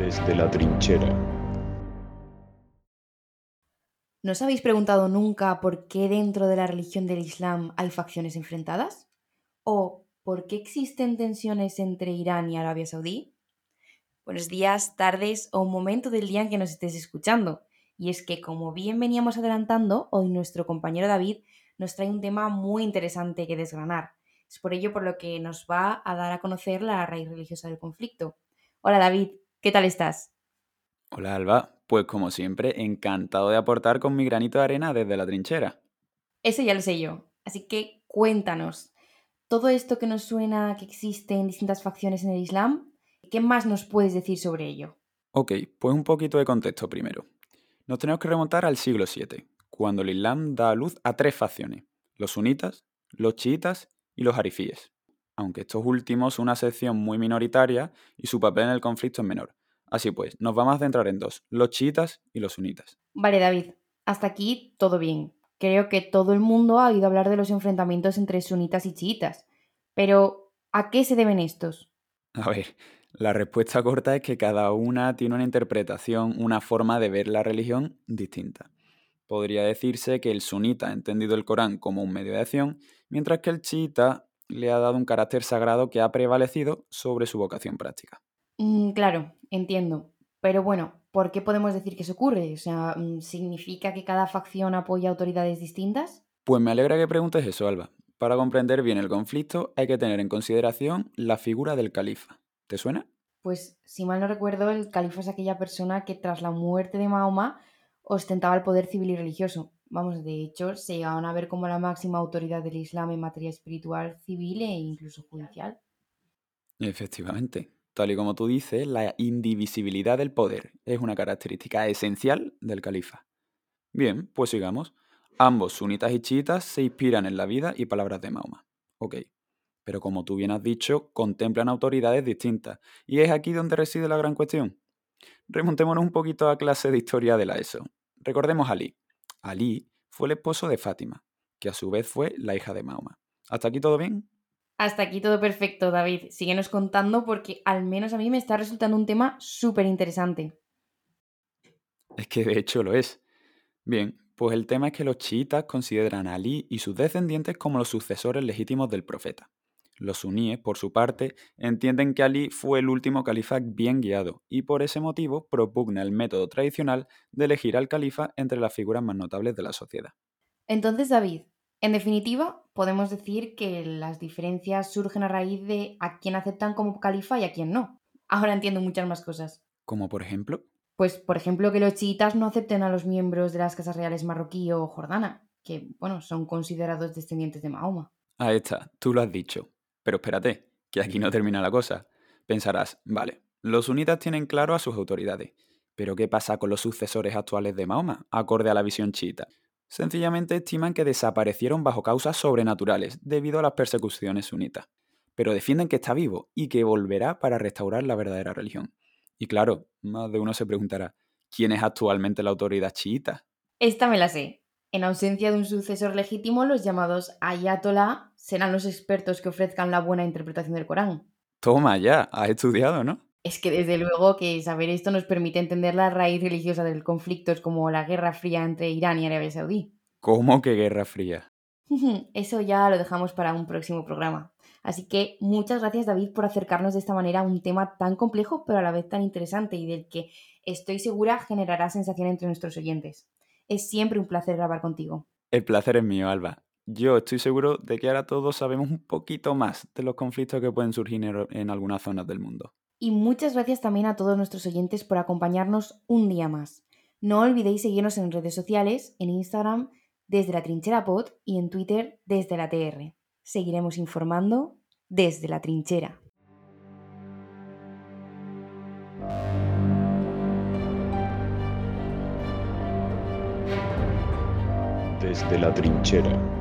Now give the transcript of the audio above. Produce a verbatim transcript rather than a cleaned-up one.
Desde la trinchera. ¿No os habéis preguntado nunca por qué dentro de la religión del Islam hay facciones enfrentadas? ¿O por qué existen tensiones entre Irán y Arabia Saudí? Buenos días, tardes o momento del día en que nos estés escuchando. Y es que, como bien veníamos adelantando, hoy nuestro compañero David nos trae un tema muy interesante que desgranar. Es por ello por lo que nos va a dar a conocer la raíz religiosa del conflicto. Hola David, ¿qué tal estás? Hola Alba, pues como siempre, encantado de aportar con mi granito de arena desde la trinchera. Eso ya lo sé yo. Así que cuéntanos, todo esto que nos suena que existen distintas facciones en el Islam, ¿qué más nos puedes decir sobre ello? Ok, pues un poquito de contexto primero. Nos tenemos que remontar al siglo siete, cuando el Islam da a luz a tres facciones, los sunitas, los chiitas y los harifíes, aunque estos últimos son una sección muy minoritaria y su papel en el conflicto es menor. Así pues, nos vamos a centrar en dos, los chiitas y los sunitas. Vale, David, hasta aquí todo bien. Creo que todo el mundo ha oído hablar de los enfrentamientos entre sunitas y chiitas. Pero, ¿a qué se deben estos? A ver, la respuesta corta es que cada una tiene una interpretación, una forma de ver la religión distinta. Podría decirse que el sunita ha entendido el Corán como un medio de acción, mientras que el chiita le ha dado un carácter sagrado que ha prevalecido sobre su vocación práctica. Mm, claro, entiendo. Pero bueno, ¿por qué podemos decir que eso ocurre? O sea, mm, ¿significa que cada facción apoya autoridades distintas? Pues me alegra que preguntes eso, Alba. Para comprender bien el conflicto hay que tener en consideración la figura del califa. ¿Te suena? Pues, si mal no recuerdo, el califa es aquella persona que tras la muerte de Mahoma ostentaba el poder civil y religioso. Vamos, de hecho, se llegaban a ver como la máxima autoridad del Islam en materia espiritual, civil e incluso judicial. Efectivamente. Tal y como tú dices, la indivisibilidad del poder es una característica esencial del califa. Bien, pues sigamos. Ambos, sunitas y chiitas, se inspiran en la vida y palabras de Mahoma. Ok, pero como tú bien has dicho, contemplan autoridades distintas. Y es aquí donde reside la gran cuestión. Remontémonos un poquito a clase de historia de la ESO. Recordemos a Ali. Ali fue el esposo de Fátima, que a su vez fue la hija de Mahoma. ¿Hasta aquí todo bien? Hasta aquí todo perfecto, David. Síguenos contando porque al menos a mí me está resultando un tema súper interesante. Es que de hecho lo es. Bien, pues el tema es que los chiitas consideran a Ali y sus descendientes como los sucesores legítimos del profeta. Los suníes, por su parte, entienden que Ali fue el último califa bien guiado y por ese motivo propugna el método tradicional de elegir al califa entre las figuras más notables de la sociedad. Entonces, David, en definitiva, podemos decir que las diferencias surgen a raíz de a quién aceptan como califa y a quién no. Ahora entiendo muchas más cosas. Como por ejemplo, Pues, por ejemplo, que los chiitas no acepten a los miembros de las casas reales marroquí o jordana, que, bueno, son considerados descendientes de Mahoma. ahí está, tú lo has dicho. Pero espérate, que aquí no termina la cosa. Pensarás, vale, los sunitas tienen claro a sus autoridades, pero ¿qué pasa con los sucesores actuales de Mahoma, acorde a la visión chiita? Sencillamente estiman que desaparecieron bajo causas sobrenaturales debido a las persecuciones sunitas, pero defienden que está vivo y que volverá para restaurar la verdadera religión. Y claro, más de uno se preguntará, ¿quién es actualmente la autoridad chiita? Esta me la sé. En ausencia de un sucesor legítimo, los llamados ayatolá serán los expertos que ofrezcan la buena interpretación del Corán. Toma ya, has estudiado, ¿no? Es que desde luego que saber esto nos permite entender la raíz religiosa del conflicto, es como la Guerra Fría entre Irán y Arabia Saudí. ¿Cómo que Guerra Fría? Eso ya lo dejamos para un próximo programa. Así que muchas gracias, David, por acercarnos de esta manera a un tema tan complejo pero a la vez tan interesante y del que estoy segura generará sensación entre nuestros oyentes. Es siempre un placer grabar contigo. El placer es mío, Alba. Yo estoy seguro de que ahora todos sabemos un poquito más de los conflictos que pueden surgir en en algunas zonas del mundo. Y muchas gracias también a todos nuestros oyentes por acompañarnos un día más. No olvidéis seguirnos en redes sociales, en Instagram desde la trinchera pod y en Twitter desde la T R. Seguiremos informando desde la trinchera. Desde la trinchera.